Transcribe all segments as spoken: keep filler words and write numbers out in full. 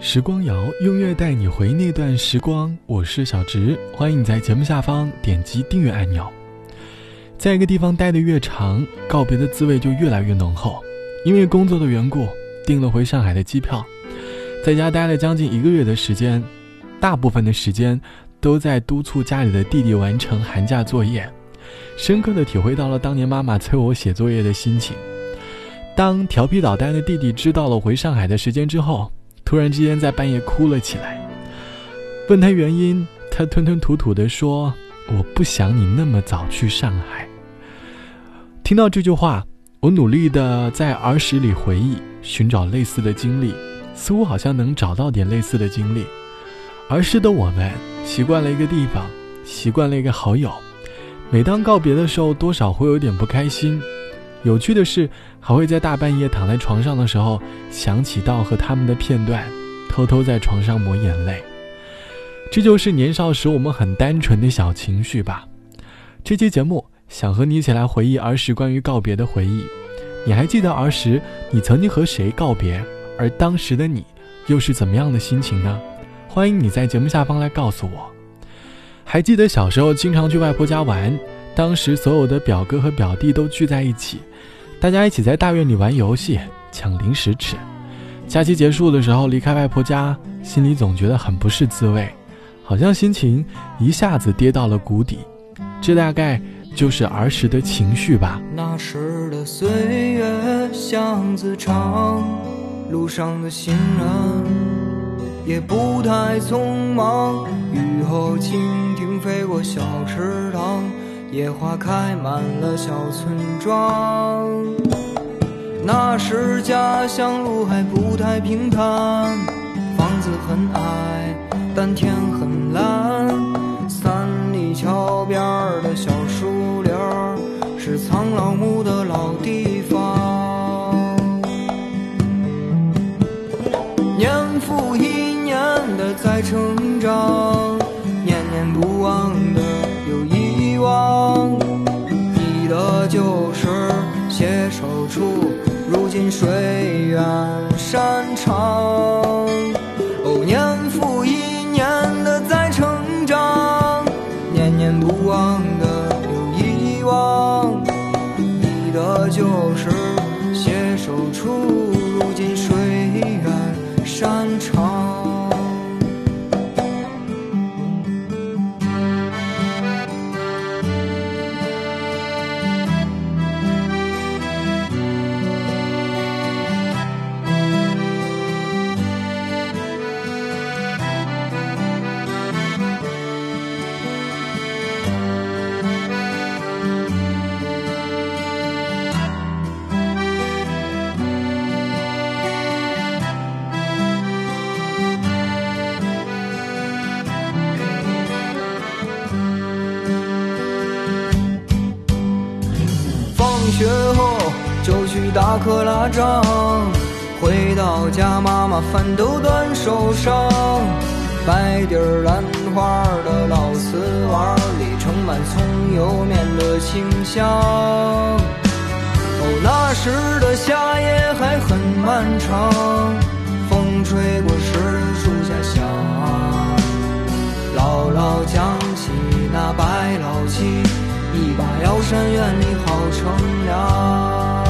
时光谣，用乐带你回那段时光，我是小直，欢迎你在节目下方点击订阅按钮。在一个地方待得越长，告别的滋味就越来越浓厚。因为工作的缘故，订了回上海的机票，在家待了将近一个月的时间，大部分的时间都在督促家里的弟弟完成寒假作业，深刻地体会到了当年妈妈催我写作业的心情。当调皮捣蛋的弟弟知道了回上海的时间之后，突然之间在半夜哭了起来。问他原因，他吞吞吐吐地说，我不想你那么早去上海。听到这句话，我努力地在儿时里回忆，寻找类似的经历，似乎好像能找到点类似的经历。儿时的我们习惯了一个地方，习惯了一个好友，每当告别的时候多少会有点不开心。有趣的是，还会在大半夜躺在床上的时候想起到和他们的片段，偷偷在床上抹眼泪。这就是年少时我们很单纯的小情绪吧。这期节目想和你一起来回忆儿时关于告别的回忆。你还记得儿时你曾经和谁告别，而当时的你又是怎么样的心情呢？欢迎你在节目下方来告诉我。还记得小时候经常去外婆家玩，当时所有的表哥和表弟都聚在一起，大家一起在大院里玩游戏，抢零食吃。假期结束的时候离开外婆家，心里总觉得很不是滋味，好像心情一下子跌到了谷底。这大概就是儿时的情绪吧。 那时的岁月巷子长，路上的行人也不太匆忙，雨后蜻蜓飞过小池塘，野花开满了小村庄。那时家乡路还不太平坦，房子很矮，但天很蓝。三里桥边的小树林是藏老母的老地方。年复一年的在成长，念念不忘的有遗忘，忆的就是携手处如今水远山长。哦，年复一年的在成长，念念不忘的有遗忘，忆的就是携手处如今水远山长。学后就去大课拉仗，回到家妈妈饭都端手上，白底儿蓝花的老瓷碗里盛满葱油面的清香。哦，那时的夏夜还很漫长，风吹过时树下响，姥姥讲起那白老七，一把药山院里好乘凉。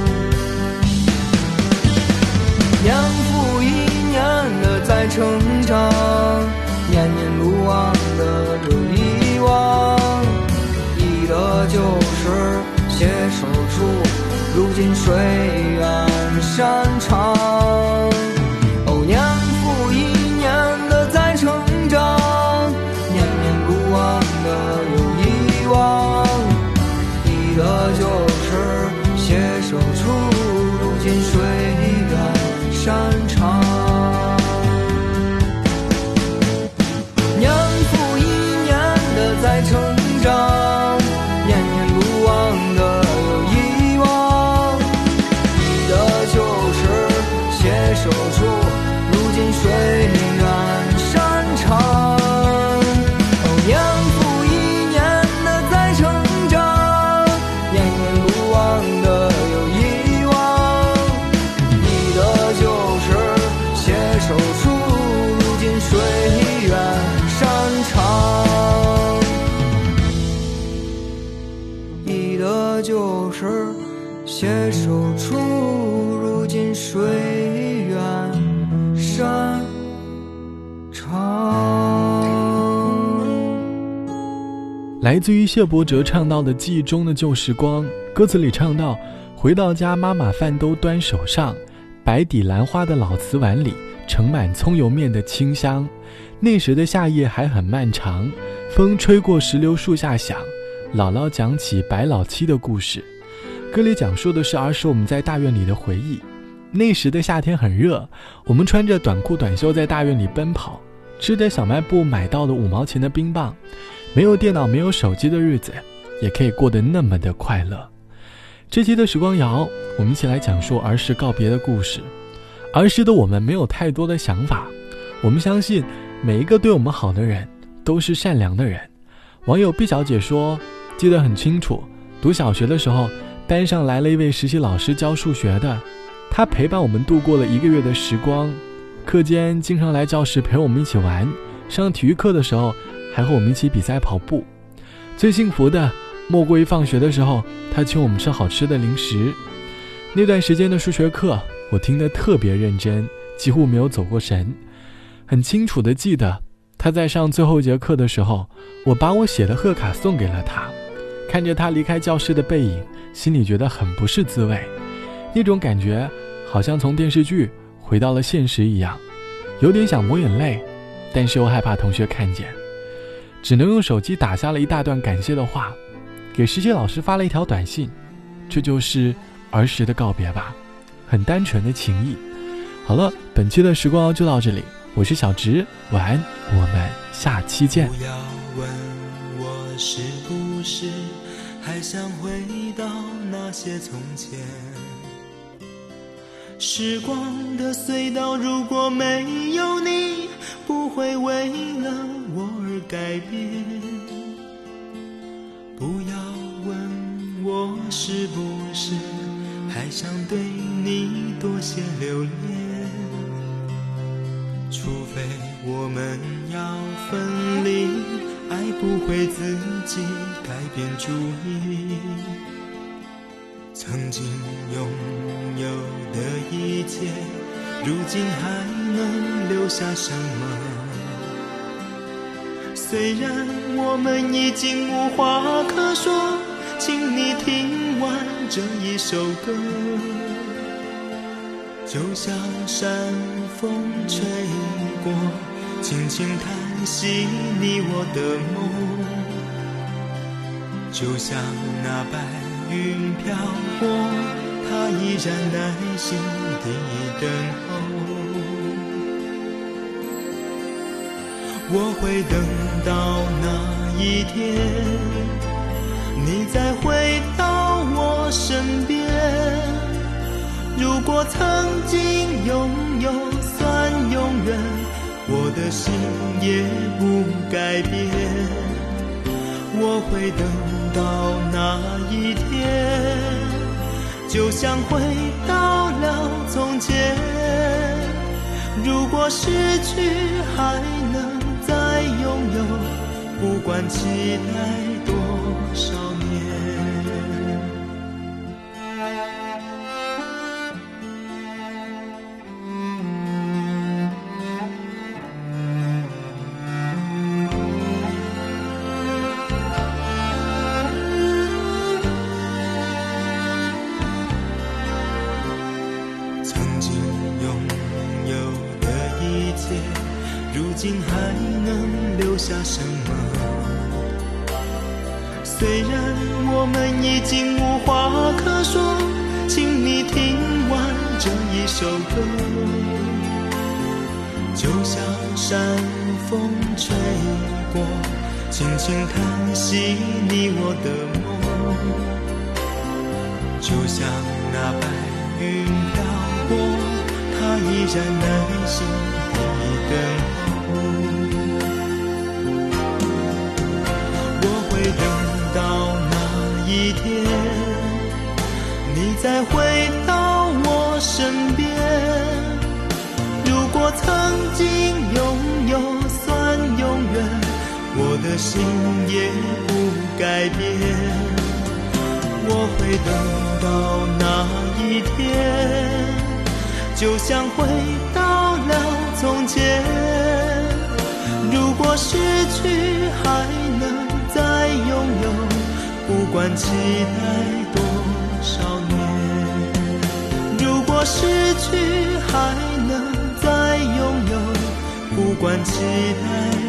年复一年的在成长，念念不忘的有遗忘，忆的就是携手处如今水远山长。哦，年复一年的在成长，念念不忘的有遗忘，忆的就是携手处如今水远山长。年复一年的在成长，念念不忘的有遗忘，忆的就是携手携手处，如今水远山长。 来自于谢伯哲唱到的记忆中的旧时光，歌词里唱到，回到家妈妈饭都端手上，白底兰花的老瓷碗里盛满葱油面的清香。那时的夏夜还很漫长，风吹过石榴树下响，姥姥讲起白老七的故事。歌里讲述的是儿时我们在大院里的回忆。那时的夏天很热，我们穿着短裤短袖在大院里奔跑，吃着小卖部买到的五毛钱的冰棒。没有电脑没有手机的日子也可以过得那么的快乐。这期的时光谣，我们一起来讲述儿时告别的故事。儿时的我们没有太多的想法，我们相信每一个对我们好的人都是善良的人。网友毕小姐说，记得很清楚，读小学的时候，班上来了一位实习老师教数学的，他陪伴我们度过了一个月的时光，课间经常来教室陪我们一起玩，上体育课的时候还和我们一起比赛跑步。最幸福的莫过于放学的时候，他请我们吃好吃的零食。那段时间的数学课我听得特别认真，几乎没有走过神。很清楚地记得他在上最后一节课的时候，我把我写的贺卡送给了他，看着他离开教室的背影，心里觉得很不是滋味。那种感觉好像从电视剧回到了现实一样，有点想抹眼泪，但是又害怕同学看见，只能用手机打下了一大段感谢的话，给实习老师发了一条短信。这就是儿时的告别吧，很单纯的情谊。好了，本期的时光就到这里，我是小直，晚安，我们下期见。 不要问我是不是还想回到那些从前，时光的隧道如果没有你，不会为了我而改变。不要问我是不是还想对你多些留恋，除非我们要分离，爱不会自己改变主意。曾经拥有的一切，如今还能留下什么？虽然我们已经无话可说，请你听完这一首歌，就像山风吹过，轻轻叹息你我的梦，就像那白云飘过，它依然耐心地等候。我会等到那一天，你再回到我身边。如果曾经拥有算永远，我的心也不改变。我会等到那一天，就像回到了从前。如果失去还能再拥有，不管期待多少年。曾经拥有的一切，如今还能留下什么？虽然我们已经无话可说，请你听完这一首歌，就像山风吹过，轻轻叹息你我的梦，就像那白云飘过，它依然耐心地等候。我会等到那一天，你再回到我身边。如果曾经拥有算永远，我的心也不改变。我我会等到那一天，就像回到了从前。如果失去还能再拥有，不管期待多少年。如果失去还能再拥有，不管期待